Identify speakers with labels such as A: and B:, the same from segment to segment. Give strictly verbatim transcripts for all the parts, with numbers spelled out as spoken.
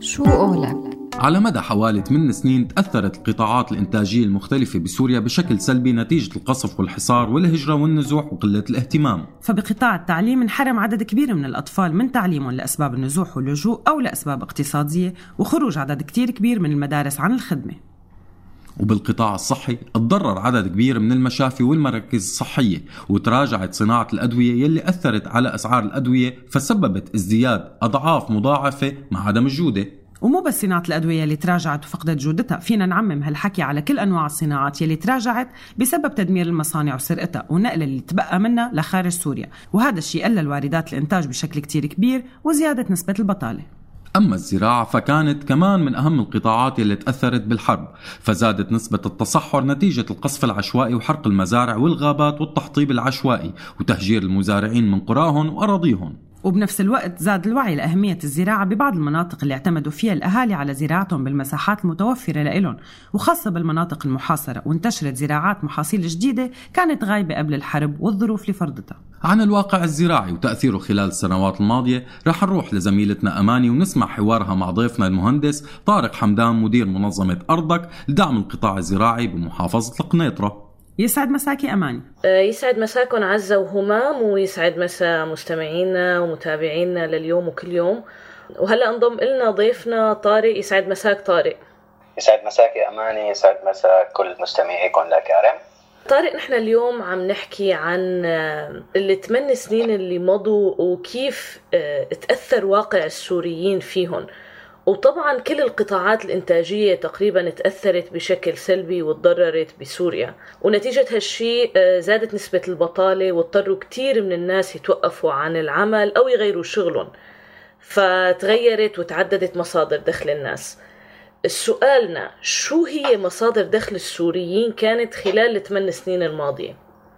A: شو قولك؟
B: على مدى حوالي ثمان سنين تأثرت القطاعات الإنتاجية المختلفة بسوريا بشكل سلبي نتيجة القصف والحصار والهجرة والنزوح وقلة الاهتمام.
C: فبقطاع التعليم انحرم عدد كبير من الأطفال من تعليمهم لأسباب النزوح واللجوء أو لأسباب اقتصادية، وخروج عدد كتير كبير من المدارس عن الخدمة.
B: وبالقطاع الصحي تضرر عدد كبير من المشافي والمراكز الصحية، وتراجعت صناعة الأدوية يلي أثرت على أسعار الأدوية فسببت ازدياد أضعاف مضاعفة مع عدم الجودة.
C: ومو بس صناعة الأدوية اللي تراجعت وفقدت جودتها، فينا نعمم هالحكي على كل أنواع الصناعات يلي تراجعت بسبب تدمير المصانع وسرقتها ونقل اللي تبقى منها لخارج سوريا، وهذا الشيء قلل واردات الإنتاج بشكل كتير كبير وزيادة نسبة البطالة.
B: أما الزراعة فكانت كمان من أهم القطاعات اللي تأثرت بالحرب، فزادت نسبة التصحر نتيجة القصف العشوائي وحرق المزارع والغابات والتحطيب العشوائي وتهجير المزارعين من قراهم وأراضيهم.
C: وبنفس الوقت زاد الوعي لأهمية الزراعة ببعض المناطق اللي اعتمدوا فيها الأهالي على زراعتهم بالمساحات المتوفرة لإلهم، وخاصة بالمناطق المحاصرة، وانتشرت زراعات محاصيل جديدة كانت غايبة قبل الحرب والظروف لفرضتها.
B: عن الواقع الزراعي وتأثيره خلال السنوات الماضية رح نروح لزميلتنا أماني ونسمع حوارها مع ضيفنا المهندس طارق حمدان مدير منظمة أرضك لدعم القطاع الزراعي بمحافظة القنيطرة.
C: يسعد مساكي أماني.
D: يسعد مساكن عزة وهمام، ويسعد مسا مستمعينا ومتابعينا لليوم وكل يوم. وهلأ انضم إلنا ضيفنا طارق. يسعد مساك طارق.
E: يسعد مساكي أماني. يسعد مساك كل مستمعيكم الكرام.
D: طارق، نحن اليوم عم نحكي عن الثمان سنين اللي مضوا وكيف تأثر واقع السوريين فيهم، وطبعا كل القطاعات الإنتاجية تقريبا تأثرت بشكل سلبي وتضررت بسوريا، ونتيجة هالشي زادت نسبة البطالة واضطروا كتير من الناس يتوقفوا عن العمل أو يغيروا شغلهم، فتغيرت وتعددت مصادر دخل الناس. سؤالنا، شو هي مصادر دخل السوريين كانت خلال الثمان سنين الماضية؟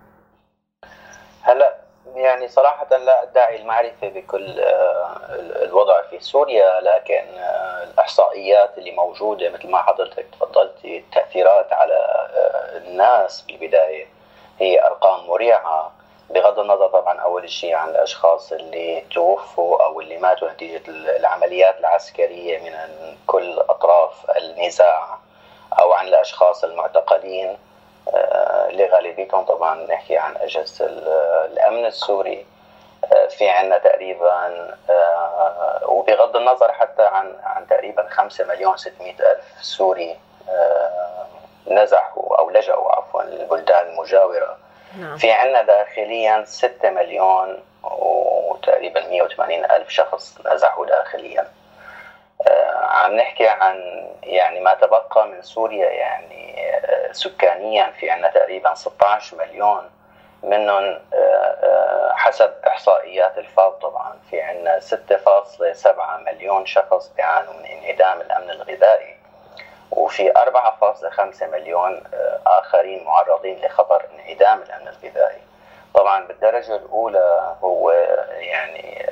E: هلأ يعني صراحة لا أدعي المعرفة بكل الوضع في سوريا، لكن الإحصائيات اللي موجودة مثل ما حضرتك تفضلتي التأثيرات على الناس بالبداية هي أرقام مريعة، بغض النظر طبعا أول شيء عن الأشخاص اللي توفوا أو اللي ماتوا نتيجة العمليات العسكرية من كل أطراف النزاع، أو عن الأشخاص المعتقلين اللي غالبيتهم طبعا نحكي عن أجهزة الأمن السوري. في عنا تقريبا، وبغض النظر حتى عن عن تقريبا خمسة مليون ستمائة ألف سوري نزحوا أو لجأوا عفوا للبلدان المجاورة. في عنا داخليا ستة مليون وتقريبا مئة وثمانين ألف شخص نزحوا داخليا. عم نحكي عن يعني ما تبقى من سوريا يعني سكانيا في عنا تقريبا ستة عشر مليون، منهم حسب إحصائيات الفاو طبعا في عنا ستة فاصلة سبعة مليون شخص بيعانوا من انعدام الأمن الغذائي، وفي أربعة فاصلة خمسة مليون آخرين معرضين لخطر انعدام الأمن الغذائي. طبعا بالدرجة الأولى هو يعني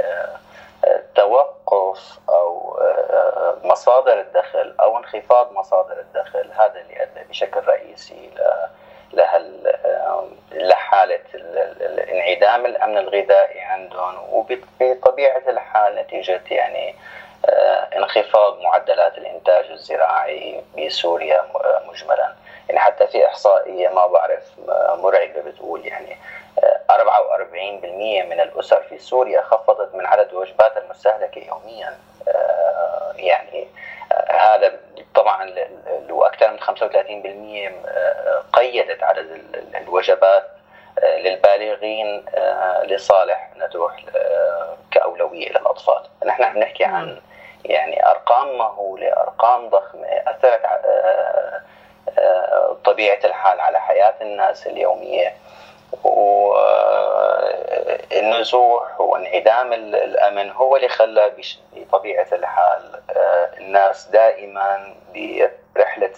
E: توقف أو مصادر الدخل أو انخفاض مصادر الدخل، هذا اللي أدى بشكل رئيسي لحالة انعدام الأمن الغذائي عندهم، وبطبيعة الحال نتيجة يعني انخفاض معدلات الإنتاج الزراعي بسوريا مجملا. يعني حتى في إحصائية ما بعرف مرعبة بتقول يعني أربعة وأربعين بالمئة من الأسر في سوريا خفضت من عدد الوجبات المستهلكة يوميا. يعني هذا طبعا وأكثر من خمسة وثلاثين بالمئة قيدت عدد الوجبات للبالغين لصالح نتروح كأولوية للأطفال. نحن عم نحكي عن يعني أرقام مهولة، أرقام ضخمة أثرت طبيعة الحال على حياة الناس اليومية، والنزوح وانعدام الأمن هو اللي خلى بطبيعة الحال الناس دائما برحلة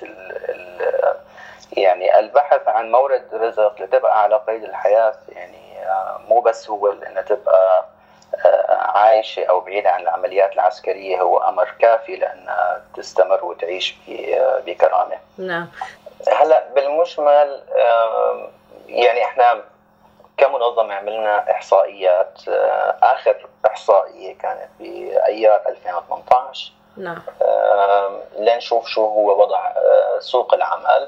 E: يعني البحث عن مورد رزق لتبقى على قيد الحياة. يعني مو بس هو أن تبقى عايشة أو بعيدة عن العمليات العسكرية هو أمر كافي لأنها تستمر وتعيش بكرامة.
D: نعم.
E: هلأ بالمجمل يعني احنا كمنظمة عملنا إحصائيات. آخر إحصائية كانت بأيار ألفين وثمانية عشر
D: نعم.
E: لنشوف شو هو وضع سوق العمل.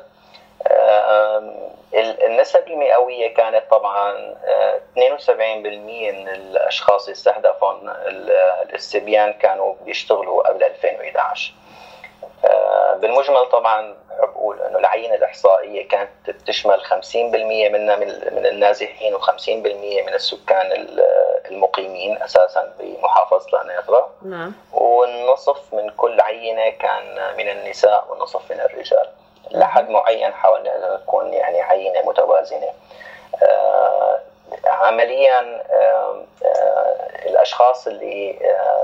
E: النسب المئوية كانت طبعا اثنين وسبعين بالمئة من الأشخاص يستهدفون الاستبيان كانوا بيشتغلوا قبل ألفين وإحدى عشر. بالمجمل طبعا بقول انه العينه الاحصائيه كانت تشمل خمسين بالمئة منا من النازحين وخمسين بالمئة من السكان المقيمين اساسا بمحافظه لانيطرا.
D: نعم.
E: والنصف من كل عينه كان من النساء والنصف من الرجال. لحد معين حاولنا ان تكون يعني عينه متوازنه. آه عمليا آه آه الاشخاص اللي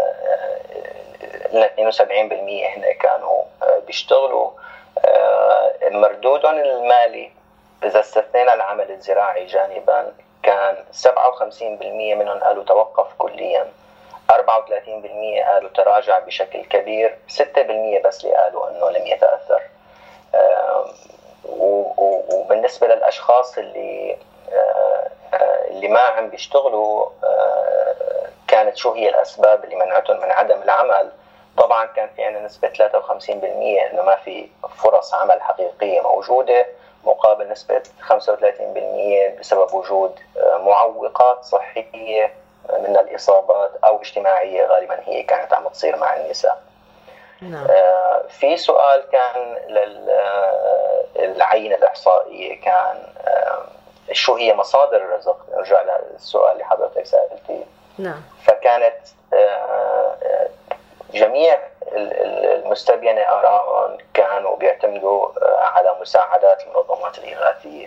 E: آه اثنين وسبعين بالمئة هنا كانوا بيشتغلوا، مردودهم المالي إذا استثنينا العمل الزراعي جانبا كان سبعة وخمسين بالمئة منهم قالوا توقف كليا، أربعة وثلاثين بالمئة قالوا تراجع بشكل كبير، ستة بالمئة بس اللي قالوا أنه لم يتأثر. وبالنسبة للأشخاص اللي اللي ما عم بيشتغلوا كانت شو هي الأسباب اللي منعتهم من عدم العمل؟ طبعا كان في عندنا نسبة ثلاثة وخمسين بالمئة إنه ما في فرص عمل حقيقية موجودة، مقابل نسبة خمسة وثلاثين بالمئة بسبب وجود معوقات صحية من الإصابات أو اجتماعية غالبا هي كانت عم تصير مع النساء.
D: نعم.
E: آه في سؤال كان للعينة الإحصائية كان آه شو هي مصادر الرزق؟ نرجع للسؤال اللي حضرتك سألتيه.
D: نعم.
E: فكانت آه جميع المستبينة آراءهم كانوا بيعتمدوا على مساعدات المنظمات الإغاثية.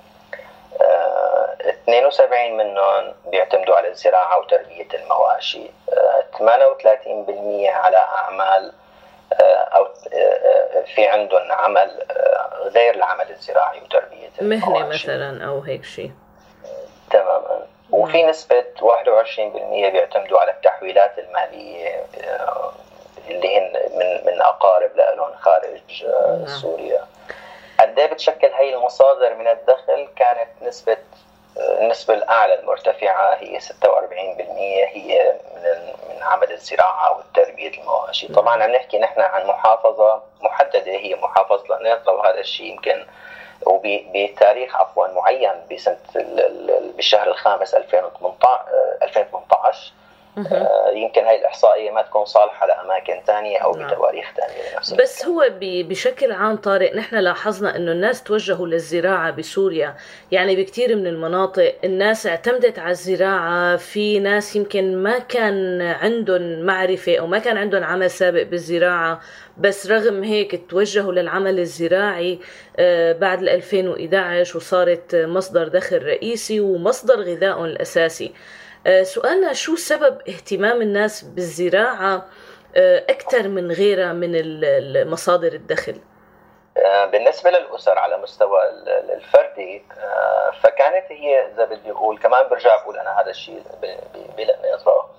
E: اثنين وسبعين منهم بيعتمدوا على الزراعة وتربية المواشي، ثمانية وثلاثين بالمئة على أعمال أو في عندهم عمل غير العمل الزراعي وتربية المواشي،
D: مهنة مثلا أو هيك شيء.
E: تماما. وفي نسبة واحد وعشرين بالمئة بيعتمدوا على التحويلات المالية اللي هن من من أقارب لهم خارج
D: نعم.
E: سوريا. قد ايه بتشكل هي المصادر من الدخل؟ كانت نسبة النسبة الأعلى المرتفعة هي ستة وأربعين بالمئة هي من من عمل الزراعة والتربية المواشي. طبعا عم نحكي نحن عن محافظة محددة هي محافظة لانيطرا، وهذا الشيء يمكن وبتاريخ عفوا معين بسنة بالشهر الخامس ألفين وثمانية عشر. يمكن هاي الإحصائية ما تكون صالحة لأماكن تانية أو بتواريخ تانية لنفس
D: بس هو بشكل عام طارق نحن لاحظنا أنه الناس توجهوا للزراعة بسوريا، يعني بكتير من المناطق الناس اعتمدت على الزراعة. في ناس يمكن ما كان عندهم معرفة أو ما كان عندهم عمل سابق بالزراعة، بس رغم هيك توجهوا للعمل الزراعي بعد ألفين وإحدى عشر وصارت مصدر دخل رئيسي ومصدر غذائهم الأساسي. سؤالنا شو سبب اهتمام الناس بالزراعة أكثر من غيرها من المصادر الدخل؟
E: بالنسبة للأسر على مستوى الفردي فكانت هي إذا بدي أقول كمان برجع بقول أنا هذا الشيء بلانيطرا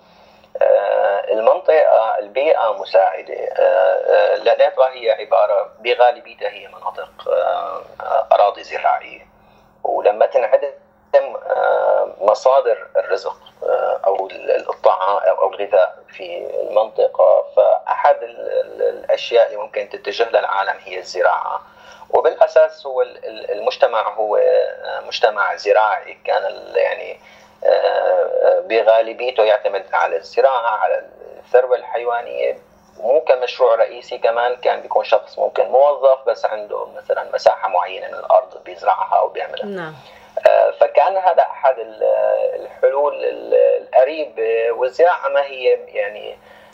E: المنطقة البيئة مساعدة. لانيطرا هي عبارة بغالبيتها هي مناطق أراضي زراعية، ولما تنعدم مصادر الرزق أو الطعام أو الغذاء في المنطقة، فأحد الأشياء اللي ممكن تتجه للعالم هي الزراعة. وبالأساس هو المجتمع هو مجتمع زراعي، كان يعني بغالبيته يعتمد على الزراعة على الثروة الحيوانية، مو كمشروع رئيسي. كمان كان بيكون شخص ممكن موظف بس عنده مثلا مساحة معينة من الأرض بيزرعها أو بيعملها.
D: نعم.
E: فكان هذا أحد الحلول القريبة. والزراعة ما هي يعني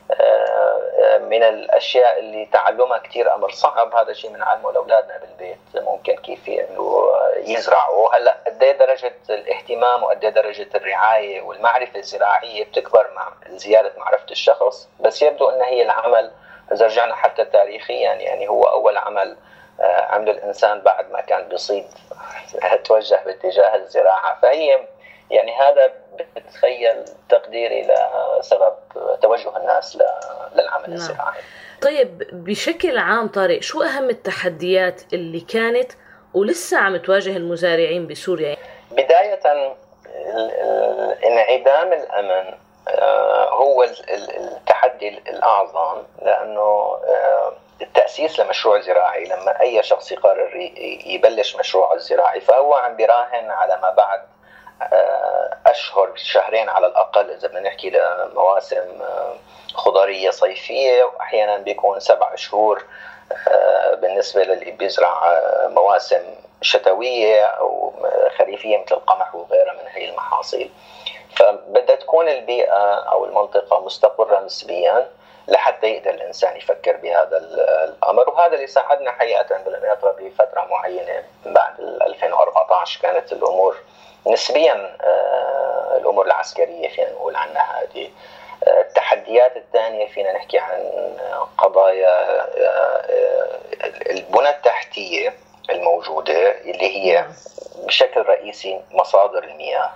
E: من الأشياء اللي تعلمها كتير أمر صعب، هذا شيء بنعلمه لأولادنا بالبيت ممكن كيف يعملوا يزرعوا. هلا قد ايه درجة الاهتمام وقد ايه درجة الرعاية والمعرفة الزراعية بتكبر مع زيادة معرفة الشخص، بس يبدو أن هي العمل إذا رجعنا حتى تاريخيا يعني هو أول عمل عمل الإنسان بعد ما كان بيصيد توجه باتجاه الزراعة. فهي يعني هذا بتخيل تقديري لسبب توجه الناس للعمل
D: نعم.
E: الزراعي.
D: طيب بشكل عام طارق شو أهم التحديات اللي كانت ولسه عم تواجه المزارعين بسوريا؟
E: بداية انعدام الأمن هو التحدي الأعظم، لأنه التأسيس لمشروع زراعي لما أي شخص يقرر يبلش مشروعه الزراعي فهو عم بيراهن على ما بعد أشهر شهرين على الأقل إذا بدنا نحكي لمواسم خضرية صيفية، وأحيانا بيكون سبع شهور بالنسبة للي بيزرع مواسم شتوية أو خريفية مثل القمح وغيرها من هي المحاصيل. فبدها تكون البيئة أو المنطقة مستقرة نسبيا لحتى يقدر الإنسان يفكر بهذا الأمر، وهذا اللي ساعدنا حقيقة بالإناطة بفترة معينة بعد ألفين وأربعة عشر. كانت الأمور نسبيا الأمور العسكرية فينا نقول عنها هذه. التحديات الثانية فينا نحكي عن قضايا البنى التحتية الموجودة اللي هي بشكل رئيسي مصادر المياه،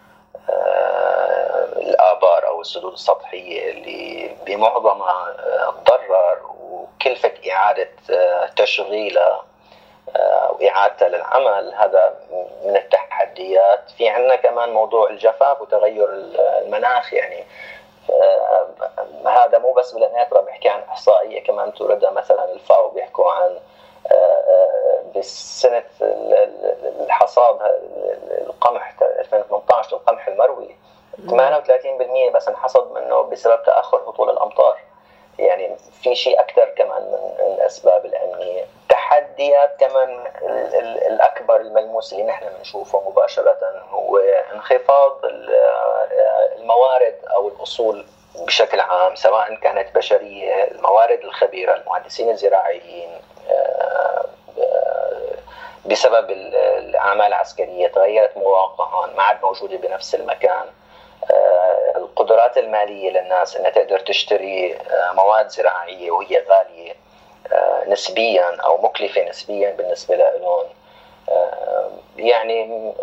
E: الآبار أو السدود السطحية اللي بمعظمها تضرر وكلفة إعادة تشغيلها وإعادتها للعمل هذا من التحديات. في عنا كمان موضوع الجفاف وتغير المناخ، يعني هذا مو بس بالإناثرة بيحكي عن إحصائية كمان توردها مثلا الفاو بيحكوا عن بالسنة الحصاد القمح ألفين وثمانية عشر القمح المروي ثمانية وثلاثين بالمئة بس انحصد منه بسبب تأخر هطول الأمطار. يعني في شيء أكثر كمان من الأسباب الأمنية. تحديات كمان الأكبر الملموس اللي نحن بنشوفه مباشرة هو انخفاض الموارد أو الأصول بشكل عام، سواء كانت بشرية، الموارد الخبيرة، المهندسين الزراعيين، بسبب الأعمال العسكرية تغيرت مواقعهم ما عاد موجودة بنفس المكان. القدرات المالية للناس أنها تقدر تشتري مواد زراعية وهي غالية نسبيا أو مكلفة نسبيا بالنسبة لهم. يعني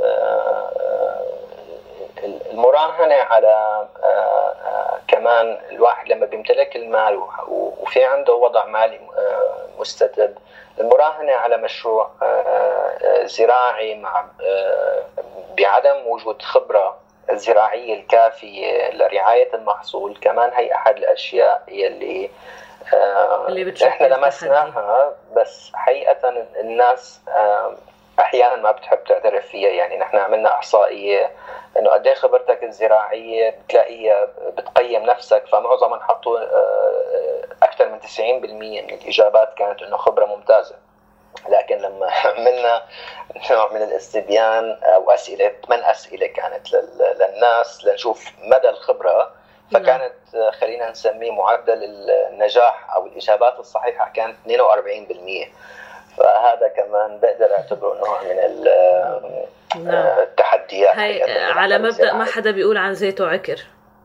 E: المراهنة على كمان الواحد لما بيمتلك المال وفي عنده وضع مالي مستتب، المراهنة على مشروع زراعي مع بعدم وجود خبرة الزراعية الكافية لرعاية المحصول كمان هي أحد الأشياء اللي, اللي إحنا لمسناها، بس حقيقة الناس أحيانا ما بتحب تعترف فيها. يعني نحن عملنا إحصائية إنه قد إيه خبرتك الزراعية بتلاقيها بتقيم نفسك، فمعظمهم حطوا أكثر من تسعين بالمئة من الإجابات كانت إنه خبرة ممتازة. لكن لما عملنا نوع من الاستبيان أو أسئلة، ثمان أسئلة كانت للناس لنشوف مدى الخبرة، فكانت خلينا نسميه معدل النجاح أو الإجابات الصحيحة كانت اثنين وأربعين بالمئة. فهذا كمان بقدر أعتبره نوع من التحديات.
D: هاي على مبدأ ما حدا بيقول عن زيته عكر.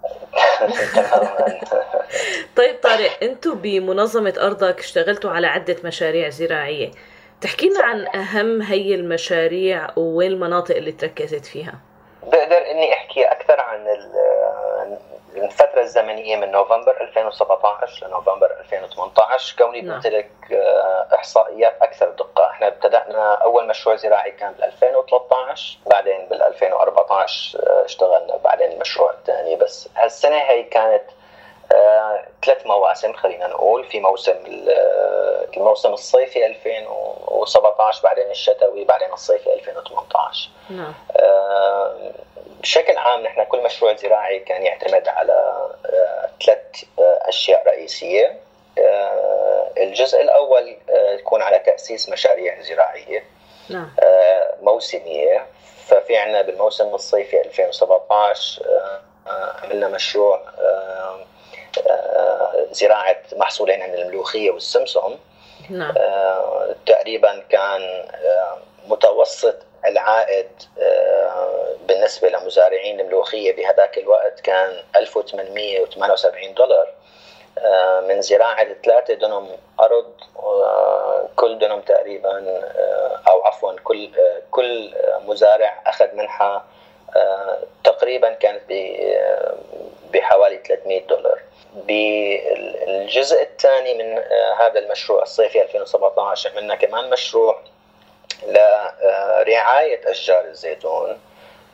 D: طيب طارق، انتوا بمنظمة أرضك اشتغلتوا على عدة مشاريع زراعية، تحكي لنا عن أهم هي المشاريع وين المناطق اللي تركزت فيها؟
E: بقدر إني أحكي أكثر عن الفترة الزمنية من نوفمبر ألفين وسبعة عشر لنوفمبر ألفين وثمانية عشر، كوني بمتلك إحصائيات أكثر دقة. إحنا ابتدأنا أول مشروع زراعي كان بال ألفين وثلاثة عشر، بعدين بال ألفين وأربعة عشر اشتغلنا بعدين المشروع الثاني. بس هالسنة هي كانت آه، ثلاث مواسم خلينا نقول، في موسم الموسم الصيفي ألفين وسبعة عشر، بعدين الشتوي، بعدين الصيفي ألفين وثمانية عشر.
D: نعم.
E: آه، بشكل عام نحن كل مشروع زراعي كان يعتمد على آه، ثلاث آه، أشياء رئيسية. آه، الجزء الأول آه، يكون على تأسيس مشاريع زراعية.
D: نعم.
E: آه، موسمية. ففي عنا بالموسم الصيفي ألفين وسبعة عشر آه، آه، عملنا مشروع آه، زراعة محصولين من الملوخية والسمسم.
D: نعم.
E: آه، تقريبا كان آه، متوسط العائد آه، بالنسبة لمزارعين الملوخية بهذاك الوقت كان ألف وثمانمئة وثمانية وسبعين دولار آه، من زراعة ثلاثة دنم أرض. آه، كل دنم تقريبا آه، أو عفوا كل آه، كل مزارع أخذ منحة آه، تقريبا كانت بحوالي ثلاثمئة دولار. بالجزء الثاني من هذا المشروع الصيفي ألفين وسبعة عشر عملنا كمان مشروع لرعاية أشجار الزيتون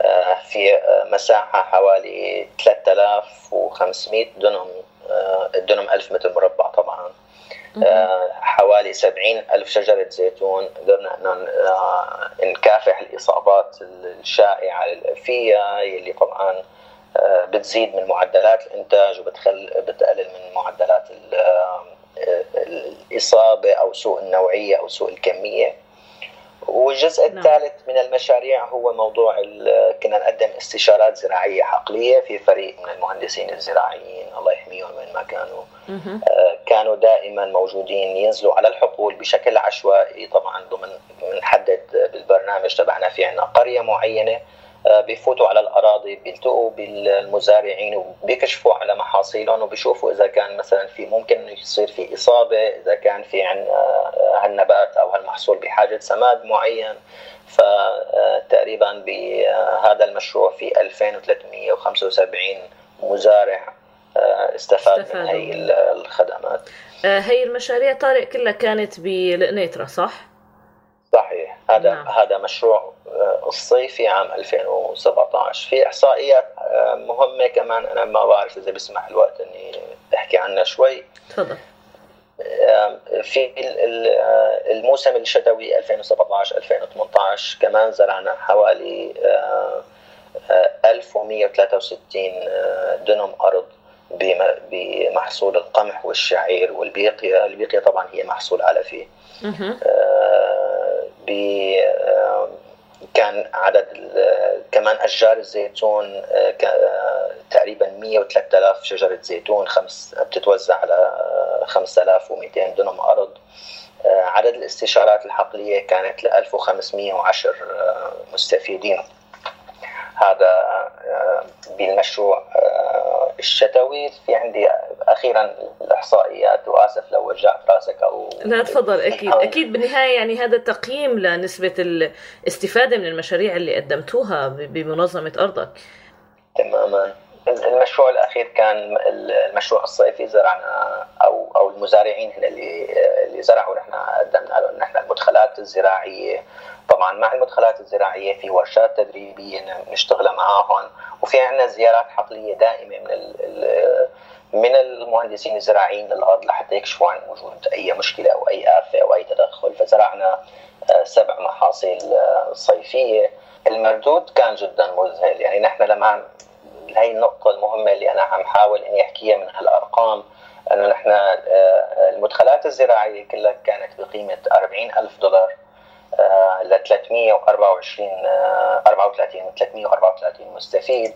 E: في مساحة حوالي ثلاثة آلاف وخمسمائة دنم، الدنم ألف متر مربع طبعا، حوالي سبعين ألف شجرة زيتون. قدرنا أن نكافح الإصابات الشائعة فيها اللي طبعا بتزيد من معدلات الإنتاج وبتخل بتقلل من معدلات الإصابة أو سوء النوعية أو سوء الكمية. والجزء نعم. الثالث من المشاريع هو موضوع كنا نقدم استشارات زراعية حقلية في فريق من المهندسين الزراعيين الله يحميهم وين ما كانوا. آه كانوا دائما موجودين ينزلوا على الحقول بشكل عشوائي. طبعا ضمن بنحدد بالبرنامج تبعنا في عنا قرية معينة، آه بيفوتوا على الأراضي بيلتقوا بالمزارعين وبيكشفوا على محاصيلهم وبيشوفوا إذا كان مثلا في ممكن يصير في إصابة، إذا كان في عنا هالنبات أو هالمحصول بحاجة سماد معين. فتقريبا بهذا المشروع في ألفين وثلاثمائة وخمسة وسبعين مزارع استفاد, استفاد من هاي الخدمات.
D: هاي المشاريع طارق كلها كانت بالقنيطرة صح؟
E: صحيح. هذا نعم. هذا مشروع الصيفي عام ألفين وسبعة عشر. في إحصائيات مهمة كمان أنا ما بعرف إذا بسمح الوقت إني أحكي عنها شوي.
D: تفضل.
E: في الموسم الشتوي ألفين وسبعة عشر ألفين وثمانية عشر كمان زرعنا حوالي ألف ومئة وثلاثة وستين دنم أرض بمحصول القمح والشعير والبيقية. البيقية طبعا هي محصول علفي. كان عدد كمان أشجار الزيتون تقريبا مئة وثلاثة آلاف شجرة زيتون خمس بتتوزع على خمسة آلاف ومئتين دنم أرض. عدد الاستشارات الحقلية كانت ل ألف وخمسمئة وعشرة مستفيدين. هذا بالمشروع الشتوي. في عندي أخيرا الإحصائيات وآسف لو وجعت راسك أو
D: لا تفضل. أكيد أكيد بالنهاية يعني هذا تقييم لنسبة الاستفادة من المشاريع اللي قدمتوها بمنظمة أرضك.
E: تماما. المشروع الأخير كان المشروع الصيفي زرعنا أو أو المزارعين اللي اللي زرعوا نحن قدمنا لهم نحن المدخلات الزراعية. طبعا مع المدخلات الزراعية في ورشات تدريبية نشتغل معاهم، وفي عندنا زيارات حقلية دائمة من من المهندسين الزراعيين للأرض لحتى يكشفوا عن وجود أي مشكلة أو أي آفة أو أي تدخل. فزرعنا سبع محاصيل صيفية. المردود كان جدا مذهل. يعني نحن لما هاي النقطة المهمة اللي أنا عم حاول إني أحكيها من هالأرقام، أنه نحن المدخلات الزراعية كلها كانت بقيمة أربعين ألف دولار ل ثلاثمئة وأربعة وعشرين أربعة وثلاثين ثلاثمئة وأربعة وثلاثين مستفيد.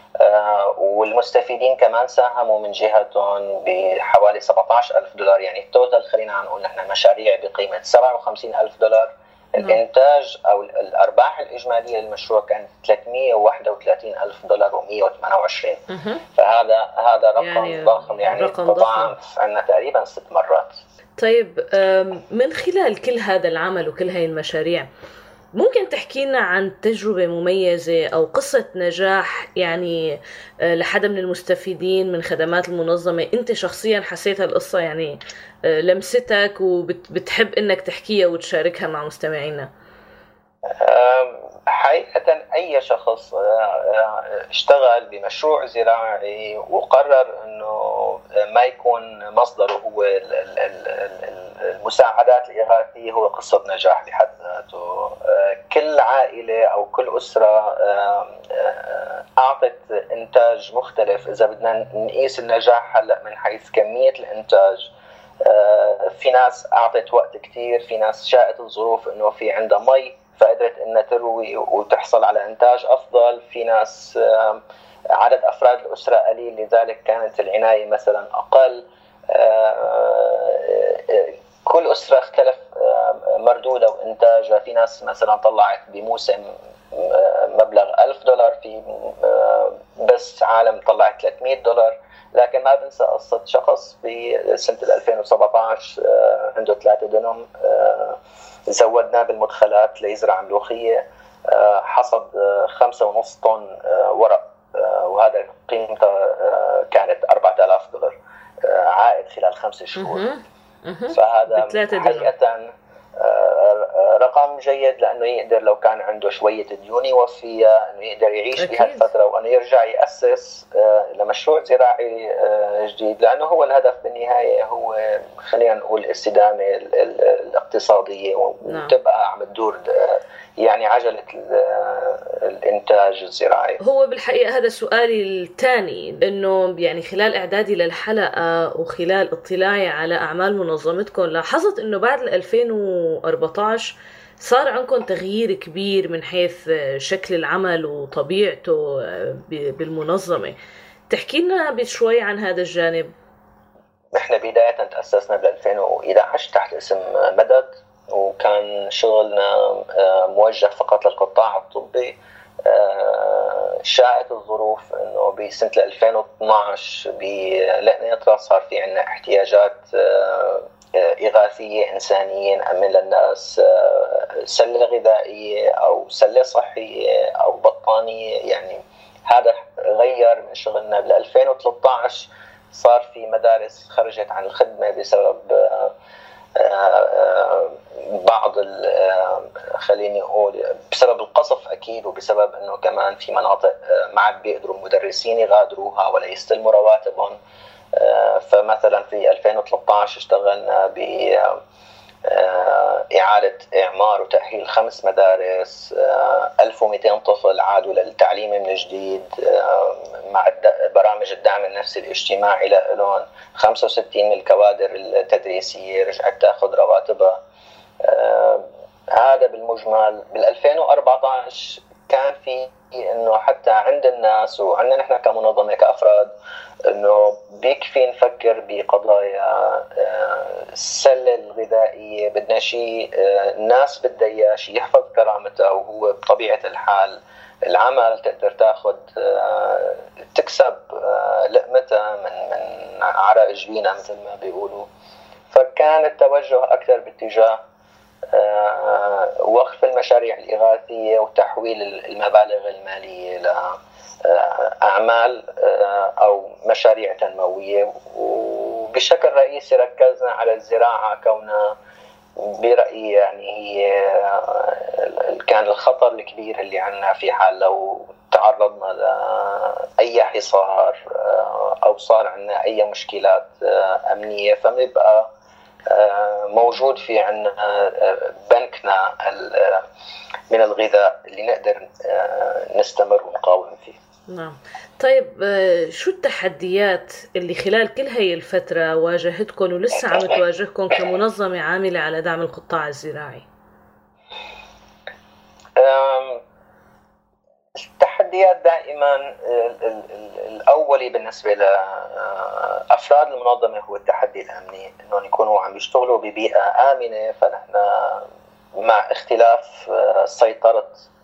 E: والمستفيدين كمان ساهموا من جهتهم بحوالي سبعة عشر ألف دولار. يعني التوتال خلينا عم نقول نحن مشاريع بقيمة سبعة وخمسين ألف دولار. الإنتاج أو الأرباح الإجمالية للمشروع كانت ثلاثمئة وواحد وثلاثين ألف دولار ومئة وثمانية وعشرين. فهذا هذا رقم يعني ضخم. يعني تضاعف عنا تقريبا ست مرات.
D: طيب من خلال كل هذا العمل وكل هاي المشاريع ممكن تحكي لنا عن تجربة مميزة أو قصة نجاح يعني لحدا من المستفيدين من خدمات المنظمة أنت شخصيا حسيت هالقصة يعني لمستك وبتحب إنك تحكيها وتشاركها مع مستمعينا؟
E: حقيقة أي شخص اشتغل بمشروع زراعي وقرر أنه ما يكون مصدره هو المساعدات الإغاثية هو قصة نجاح بحد ذاته. كل عائلة أو كل أسرة أعطت إنتاج مختلف. إذا بدنا نقيس النجاح هلأ من حيث كمية الإنتاج، في ناس أعطت وقت كتير، في ناس شاءت الظروف أنه في عندها مي فقدرت أنها تروي وتحصل على إنتاج أفضل. في ناس عدد أفراد الأسرة قليل لذلك كانت العناية مثلا أقل. كل أسرة اختلف مردودها وإنتاجها. في ناس مثلا طلعت بموسم مبلغ ألف دولار، في بس عالم طلعت ثلاثمئة دولار. لكن ما بنسى قصة شخص في سنة ألفين وسبعة عشر عنده ثلاثة دنم، زودناه بالمدخلات ليزرع ملوخية، حصد خمسة ونص طن ورق، وهذا قيمته كانت أربعة آلاف دولار عائد خلال خمس شهور. فهذا حقيقة رقم جيد لأنه يقدر لو كان عنده شوية ديون يوفيها، أنه يقدر يعيش بهالفترة وأنه يرجع يأسس لمشروع زراعي جديد، لأنه هو الهدف بالنهاية هو خلينا نقول الاستدامة الاقتصادية وتبقى عم تدور يعني عجلة الإنتاج الزراعي.
D: هو بالحقيقة هذا سؤالي الثاني، إنه يعني خلال إعدادي للحلقة وخلال اطلاعي على أعمال منظمتكم لاحظت إنه بعد ألفين وأربعة عشر صار عندكم تغيير كبير من حيث شكل العمل وطبيعته بالمنظمة. تحكي لنا بشوي عن هذا الجانب.
E: نحن بداية تأسسنا ب ألفين وإحدى عشر تحت اسم مدد، وكان شغلنا موجه فقط للقطاع الطبي. شاءت الظروف انه بسنه ألفين واثني عشر بلقناطرة صار في عندنا احتياجات إغاثية إنسانية، نأمن للناس سلة غذائية أو سلة صحية أو بطانية. يعني هذا غير من شغلنا. بال ألفين وثلاثة عشر صار في مدارس خرجت عن الخدمة بسبب بعض خليني أقول بسبب القصف أكيد، وبسبب أنه كمان في مناطق ما عاد بيقدروا المدرسين يغادروها ولا يستلموا رواتبهم. فمثلا في ألفين وثلاثة عشر اشتغلنا بإعادة إعمار وتأهيل خمس مدارس، ألف ومئتين طفل عادوا للتعليم من جديد مع برامج الدعم النفسي الاجتماعي لهم، خمسة وستين من الكوادر التدريسية رجعت تأخذ رواتبها. هذا بالمجمل. بال ألفين وأربعة عشر كان في انه حتى عند الناس وعندنا نحن كمنظمه كافراد انه بيكفي نفكر بقضايا السله الغذائيه. بدنا شيء الناس بدها اياه، شيء يحفظ كرامتها، وهو بطبيعه الحال العمل تقدر تاخذ تكسب لقمتها من من عرق جبينها مثل ما بيقولوا. فكان التوجه اكثر باتجاه وقف المشاريع الإغاثية وتحويل المبالغ المالية لأعمال أو مشاريع تنموية. وبشكل رئيسي ركزنا على الزراعة كونها برأيي يعني هي كان الخطر الكبير اللي عنا في حال لو تعرضنا لأي حصار أو صار عنا أي مشكلات أمنية، فبنبقى موجود في عنا بنكنا من الغذاء اللي نقدر نستمر ونقاوم فيه.
D: نعم. طيب شو التحديات اللي خلال كل هاي الفترة واجهتكم ولسه عم تواجهكم كمنظمة عاملة على دعم القطاع الزراعي؟
E: التحديات دائما الأولي بالنسبة لأفراد المنظمة هو التحدي الأمني، أنهم يكونوا عم يشتغلوا ببيئة آمنة. فنحن مع اختلاف سيطرة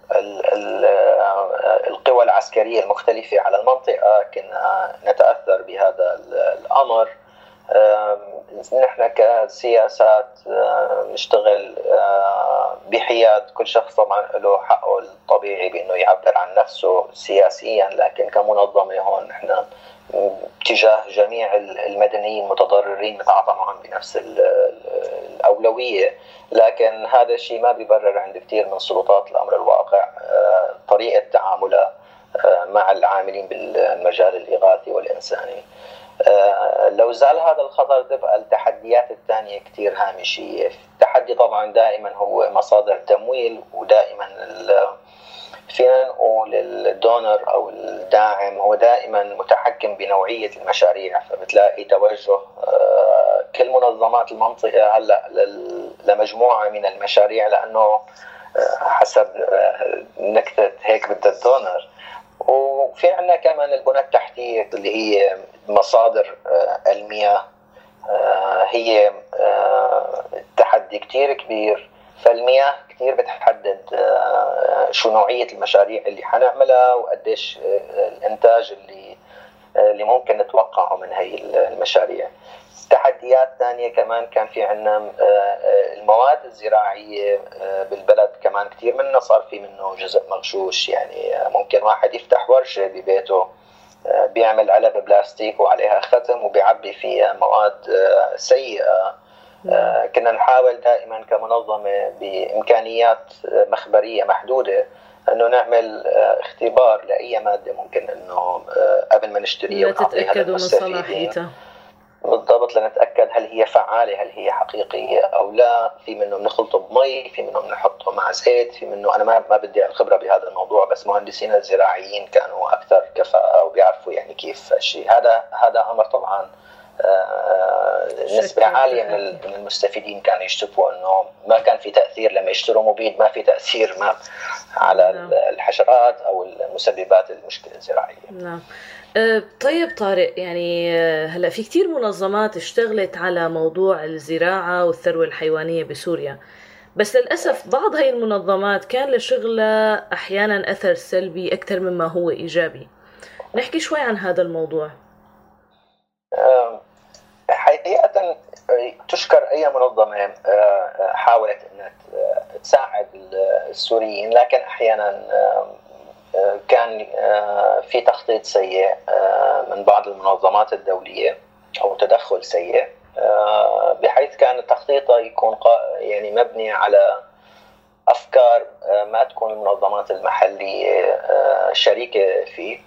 E: القوى العسكرية المختلفة على المنطقة كنا نتأثر بهذا الأمر. نحن كسياسات نشتغل بحياد، كل شخص طبعا له حقه الطبيعي بأنه يعبر عن نفسه سياسيا، لكن كمنظمة هون نحن تجاه جميع المدنيين المتضررين نتعاطى معهم بنفس الأولوية. لكن هذا الشيء ما بيبرر عند كثير من سلطات الأمر الواقع طريقة تعاملها مع العاملين بالمجال الإغاثي والإنساني. لو زال هذا الخطر تبقى التحديات الثانية كتير هامشية. التحدي طبعا دائما هو مصادر التمويل، ودائما فينا نقول الدونر أو الداعم هو دائما متحكم بنوعية المشاريع. فبتلاقي توجه كل منظمات المنطقة هلأ لمجموعة من المشاريع لأنه حسب نكتة هيك بدها الدونر. وفي عنا كمان البنى التحتية اللي هي مصادر المياه، هي تحدي كتير كبير. فالمياه كتير بتحدد شو نوعية المشاريع اللي حنعملها وقديش الإنتاج اللي اللي ممكن نتوقعه من هاي المشاريع. تحديات ثانية كمان كان في عنا المواد الزراعية بالبلد، كمان كتير منه صار في منه جزء مغشوش. يعني ممكن واحد يفتح ورشة ببيته بيعمل علب بلاستيك وعليها ختم وبيعبي فيها مواد سيئة كنا نحاول دائما كمنظمة بإمكانيات مخبرية محدودة أنه نعمل اختبار لأي مادة ممكن أنه قبل ما نشتريها ونعطيها للمستفيدين بالضبط لنتأكد هل هي فعالة، هل هي حقيقية أو لا. في منه بنخلطه بمي، في منه بنحطه مع زيت، في منه أنا ما ما بدي الخبرة بهذا الموضوع، بس مهندسين الزراعيين كانوا أكثر كفاءة وبيعرفوا يعني كيف الشيء هذا. هذا أمر طبعا نسبة عالية من المستفيدين كانوا يشتكوا أنه ما كان في تأثير لما يشتروا مبيد، ما في تأثير ما على نعم. الحشرات أو المسببات المشكلة الزراعية.
D: نعم. طيب طارق، يعني هلأ في كتير منظمات اشتغلت على موضوع الزراعة والثروة الحيوانية بسوريا، بس للأسف بعض هاي المنظمات كان لشغلها أحيانا أثر سلبي أكثر مما هو إيجابي. نحكي شوي عن هذا الموضوع.
E: حقيقة تشكر أي منظمة حاولت أن تساعد السوريين، لكن أحيانا كان في تخطيط سيء من بعض المنظمات الدولية أو تدخل سيء، بحيث كان تخطيطه يكون يعني مبني على أفكار ما تكون المنظمات المحلية شريكة فيه.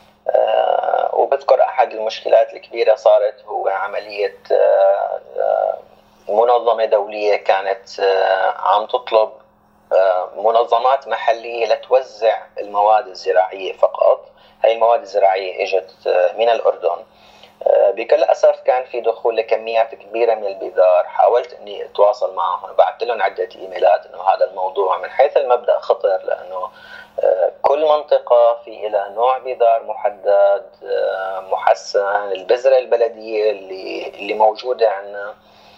E: وبذكر أحد المشكلات الكبيرة صارت هو عملية منظمة دولية كانت عم تطلب منظمات محلية لتوزع المواد الزراعية فقط. هاي المواد الزراعية اجت من الأردن. بكل أسف كان في دخول لكميات كبيرة من البذار. حاولت أني أتواصل معهم، بعثت لهم عدة إيميلات أنه هذا الموضوع من حيث المبدأ خطر، لأنه كل منطقة في إلى نوع بذار محدد محسن. البذرة البلدية اللي اللي موجودة عندنا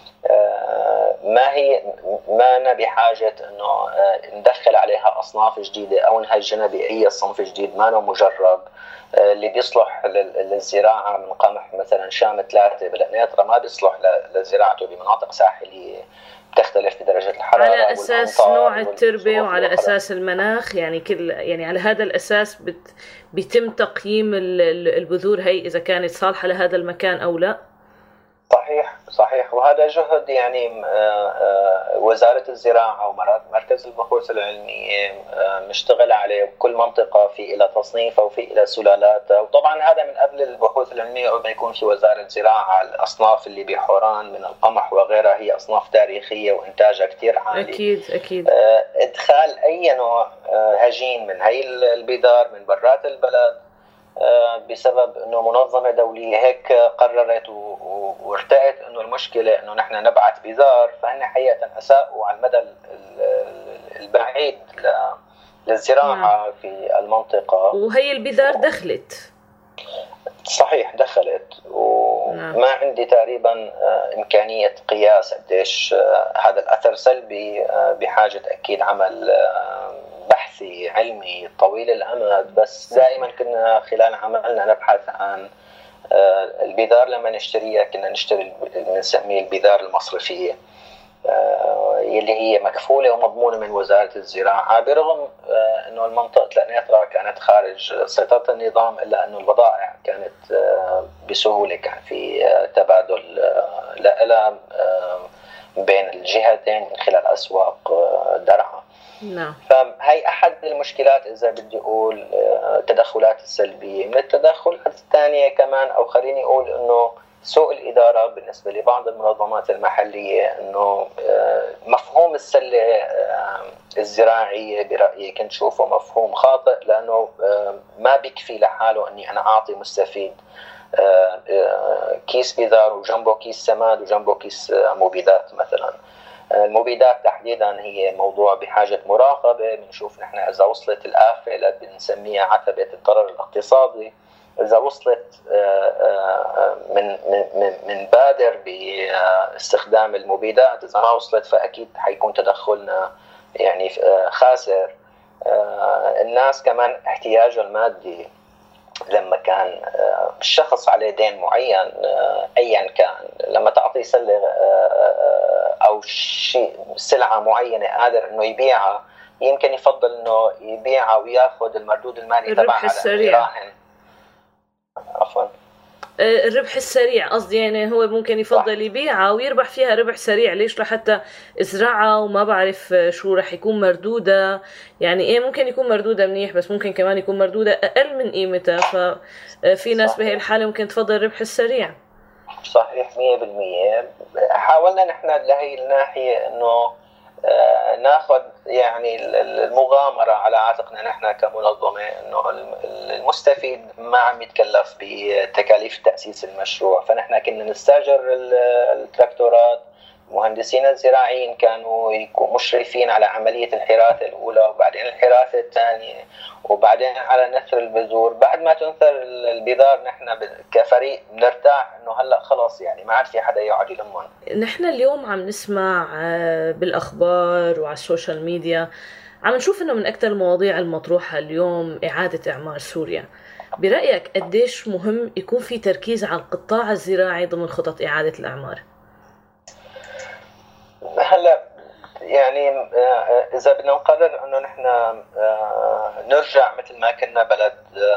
E: ما هي ما أنا بحاجة إنه ندخل عليها أصناف جديدة أو نهجنها بأي صنف جديد ما أنا مجرب. اللي بيصلح للزراعة من قمح مثلا شام ثلاثة بالقنيطرة ما بيصلح لزراعته بمناطق ساحلية تختلف في درجة الحرارة
D: على أساس نوع التربة وعلى أساس المناخ. يعني كل يعني على هذا الأساس بت بيتم تقييم البذور هي إذا كانت صالحة لهذا المكان أو لا.
E: صحيح صحيح. وهذا جهد يعني وزارة الزراعة ومركز البحوث العلمية مشتغل عليه. كل منطقة في إلى تصنيفها وفي إلى سلالاتها. وطبعا هذا من قبل البحوث العلمية قبل ما يكون في وزارة زراعة. الأصناف اللي بحوران من القمح وغيرها هي أصناف تاريخية وإنتاجها كتير عالي.
D: أكيد أكيد.
E: إدخال أي نوع هجين من هاي البذار من برات البلد بسبب انه منظمه دوليه هيك قررت وارتأت انه المشكله انه نحن نبعث بذار، فهن حقيقه اساءوا على المدى البعيد للزراعه في المنطقه.
D: وهي البذار دخلت.
E: صحيح دخلت. وما عندي تقريبا امكانيه قياس قديش هذا الاثر سلبي. بحاجه اكيد عمل بحثي علمي طويل الأمد. بس دائما كنا خلال عملنا نبحث عن البذار. لما نشتريها كنا نشتري بنسميه البذار المصرفية يلي هي مكفولة ومضمونة من وزارة الزراعة، برغم أنه المنطقة القنيطرة كانت خارج سيطرة النظام، إلا أنه البضائع كانت بسهولة، كان في تبادل لها بين الجهتين من خلال أسواق درعا.
D: نعم.
E: فهي أحد المشكلات إذا بدي أقول التدخلات السلبية. من التدخلات الثانية كمان أو خليني أقول إنه سوء الإدارة بالنسبة لبعض المنظمات المحلية. إنه مفهوم السلة الزراعية برأيي كنت شوفه مفهوم خاطئ، لأنه ما بيكفي لحاله إني أنا أعطي مستفيد كيس بذار وجنبه كيس سماد وجنبه كيس مبيدات مثلا. المبيدات تحديدا هي موضوع بحاجة مراقبة. بنشوف نحن إذا وصلت الآفة اللي بنسميها عتبة الضرر الاقتصادي، إذا وصلت من من من بادر باستخدام المبيدات. إذا ما وصلت فأكيد حيكون تدخلنا يعني خاسر. الناس كمان احتياجه المادي لما كان الشخص عليه دين معين أيا كان، لما تعطي سلة أو شيء سلعة معينة قادر إنه يبيعها، يمكن يفضل إنه يبيعها ويأخذ المردود المالي تبعها
D: الربح السريع.
E: عفوا
D: الربح السريع قصدي، يعني هو ممكن يفضل يبيعها ويربح فيها ربح سريع. ليش لحتى ازرعها وما بعرف شو رح يكون مردودة، يعني ايه ممكن يكون مردودة منيح بس ممكن كمان يكون مردودة اقل من قيمتها، ففي ناس بهي الحالة ممكن تفضل الربح السريع.
E: صحيح مية بالمية. حاولنا نحن لهي الناحية انه ناخذ يعني المغامرة على عاتقنا نحن كمنظمة، انه المستفيد ما عم يتكلف بتكاليف تأسيس المشروع، فنحن كنا نستاجر التراكتورات. مهندسين الزراعيين كانوا يكونوا مشرفين على عملية الحراثة الأولى وبعدين الحراثة الثانية وبعدين على نثر البذور. بعد ما تنثر البذار نحن كفريق بنرتاح انه هلا خلاص يعني ما عاد في حدا يقعد يلمهم.
D: نحن اليوم عم نسمع بالاخبار وعلى السوشيال ميديا، عم نشوف انه من اكثر المواضيع المطروحه اليوم اعاده اعمار سوريا. برايك قديش مهم يكون في تركيز على القطاع الزراعي ضمن خطط اعاده الاعمار؟
E: هلا يعني اذا بدنا نقرر انه نحن نرجع مثل ما كنا بلد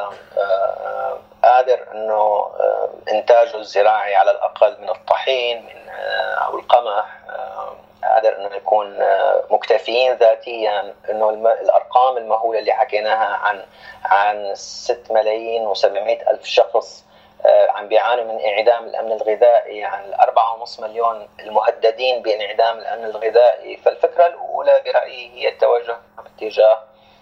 E: قادر انه انتاجه الزراعي على الاقل من الطحين من او القمح قادر انه نكون مكتفيين ذاتيا، انه الارقام المهوله اللي حكيناها عن عن ستة ملايين وسبعمائة الف شخص عم بيعانوا من انعدام الامن الغذائي، عن الأربعة ونص مليون المهددين بانعدام الامن الغذائي. فالفكره الاولى برايي هي التوجه باتجاه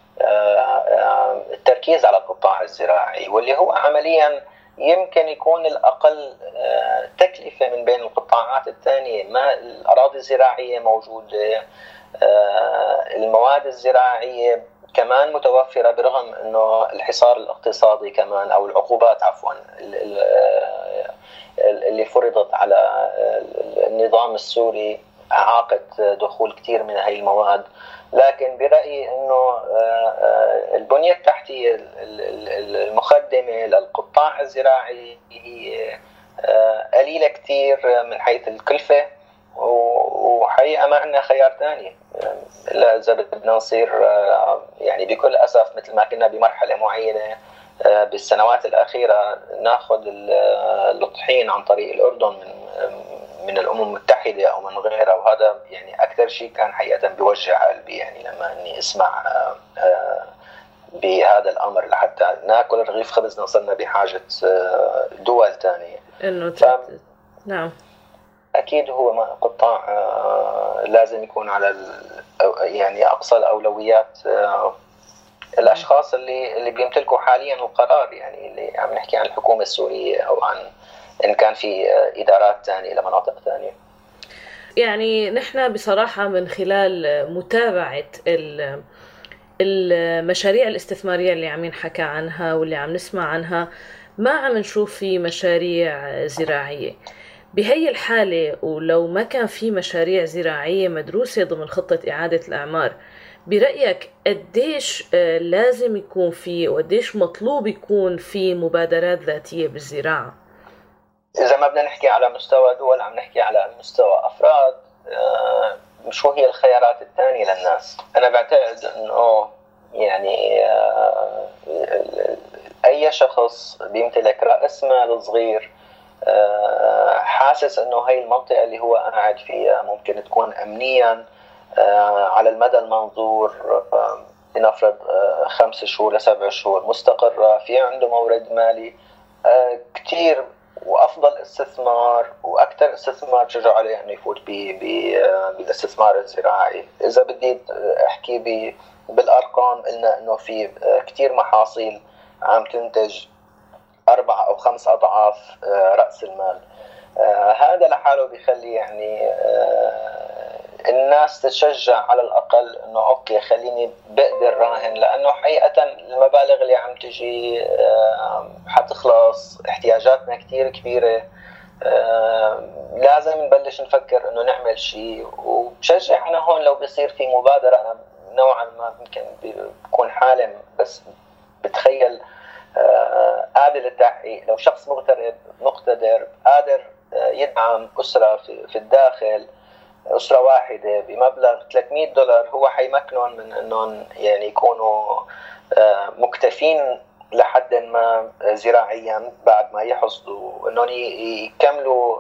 E: التركيز على القطاع الزراعي، واللي هو عمليا يمكن يكون الاقل تكلفه من بين القطاعات الثانيه. ما الاراضي الزراعيه موجوده، المواد الزراعيه كمان متوفرة، برغم انه الحصار الاقتصادي كمان او العقوبات عفوا اللي فرضت على النظام السوري اعاقت دخول كثير من هاي المواد. لكن برأيي انه البنية التحتية المخدمة للقطاع الزراعي هي قليلة كثير من حيث الكلفة، وحقيقة ما عندنا خيار ثاني إلا إذا بدنا نصير يعني بكل أسف مثل ما كنا بمرحلة معينة بالسنوات الأخيرة ناخذ الطحين عن طريق الأردن من من الأمم المتحدة أو من غيرها، وهذا يعني أكثر شيء كان حقيقة بيوجع قلبي يعني لما إني أسمع بهذا الأمر. لحتى ناكل رغيف خبزنا صرنا بحاجة دول ثانية.
D: إنه ف... نعم
E: أكيد هو قطاع لازم يكون على يعني أقصى الأولويات الأشخاص اللي اللي بيمتلكوا حاليا القرار، يعني اللي عم نحكي عن الحكومة السورية أو عن إن كان في إدارات ثانية لمناطق ثانية.
D: يعني نحن بصراحة من خلال متابعة المشاريع الاستثمارية اللي عم ينحكى عنها واللي عم نسمع عنها ما عم نشوف في مشاريع زراعية. بهي الحالة ولو ما كان في مشاريع زراعية مدروسة ضمن خطة إعادة الأعمار، برأيك قديش لازم يكون في وقديش مطلوب يكون في مبادرات ذاتية بالزراعة؟
E: إذا ما بدنا نحكي على مستوى دول عم نحكي على مستوى أفراد، شو هي الخيارات الثانية للناس؟ أنا بعتقد أنه يعني أي شخص بيمتلك رأس مال صغير حاسس انه هاي المنطقة اللي هو قاعد فيها ممكن تكون امنيا على المدى المنظور، لنفرض خمس شهور لسبع شهور مستقرة، في عنده مورد مالي كتير وافضل استثمار واكثر استثمار تشجع عليه انه يفوت بالاستثمار الزراعي. اذا بدي احكي بالارقام قلنا انه في كتير محاصيل عم تنتج أربع أو خمس أضعاف رأس المال. هذا لحاله بيخلي يعني الناس تتشجع على الأقل إنه أوكي خليني بقدر راهن، لأنه حقيقة المبالغ اللي عم تجي حتخلص، احتياجاتنا كتير كبيرة، لازم نبلش نفكر إنه نعمل شيء. وبشجع أنا هون لو بيصير في مبادرة، أنا نوعا ما ممكن بكون حالم بس بتخيل قادر للتحقيق، لو شخص مغترب مقتدر قادر يدعم أسرة في الداخل، أسرة واحدة بمبلغ ثلاثمائة دولار، هو حيمكنهم من أنهم يعني يكونوا مكتفين لحد ما زراعيا بعد ما يحصدوا انهم يكملوا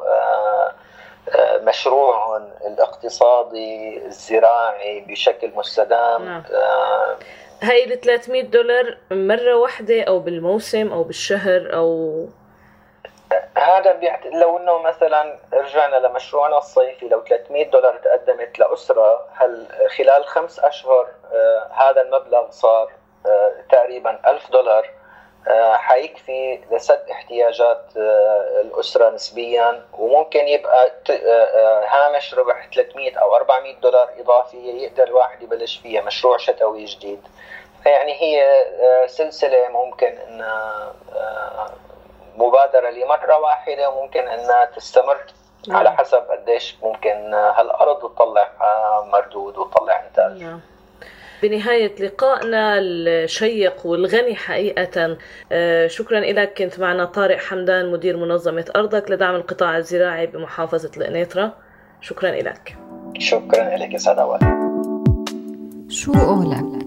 E: مشروعهم الاقتصادي الزراعي بشكل مستدام.
D: نعم. هاي ال ثلاثمية دولار مرة واحدة أو بالموسم أو بالشهر أو
E: هذا بيعت... لو انه مثلا رجعنا لمشروعنا الصيفي، لو ثلاثمية دولار تقدمت لأسرة، هل خلال خمس أشهر آه هذا المبلغ صار آه تقريبا ألف دولار، آه حيكفي لسد احتياجات آه الأسرة نسبيا، وممكن يبقى ت... آه هامش ربح ثلاثمية أو أربعمية دولار إضافية يقدر الواحد يبلش فيها مشروع شتوي جديد. يعني هي آه سلسلة ممكن أن آه مبادرة لمرة واحدة، وممكن أنها تستمر نعم. على حسب قديش ممكن هالأرض تطلع مردود وتطلع إنتاج. نعم.
D: بنهاية لقائنا الشيق والغني حقيقة، شكرا لك. كنت معنا طارق حمدان، مدير منظمة أرضك لدعم القطاع الزراعي بمحافظة القنيطرة. شكرا لك.
E: شكرا لك سادة.
A: شو قولك؟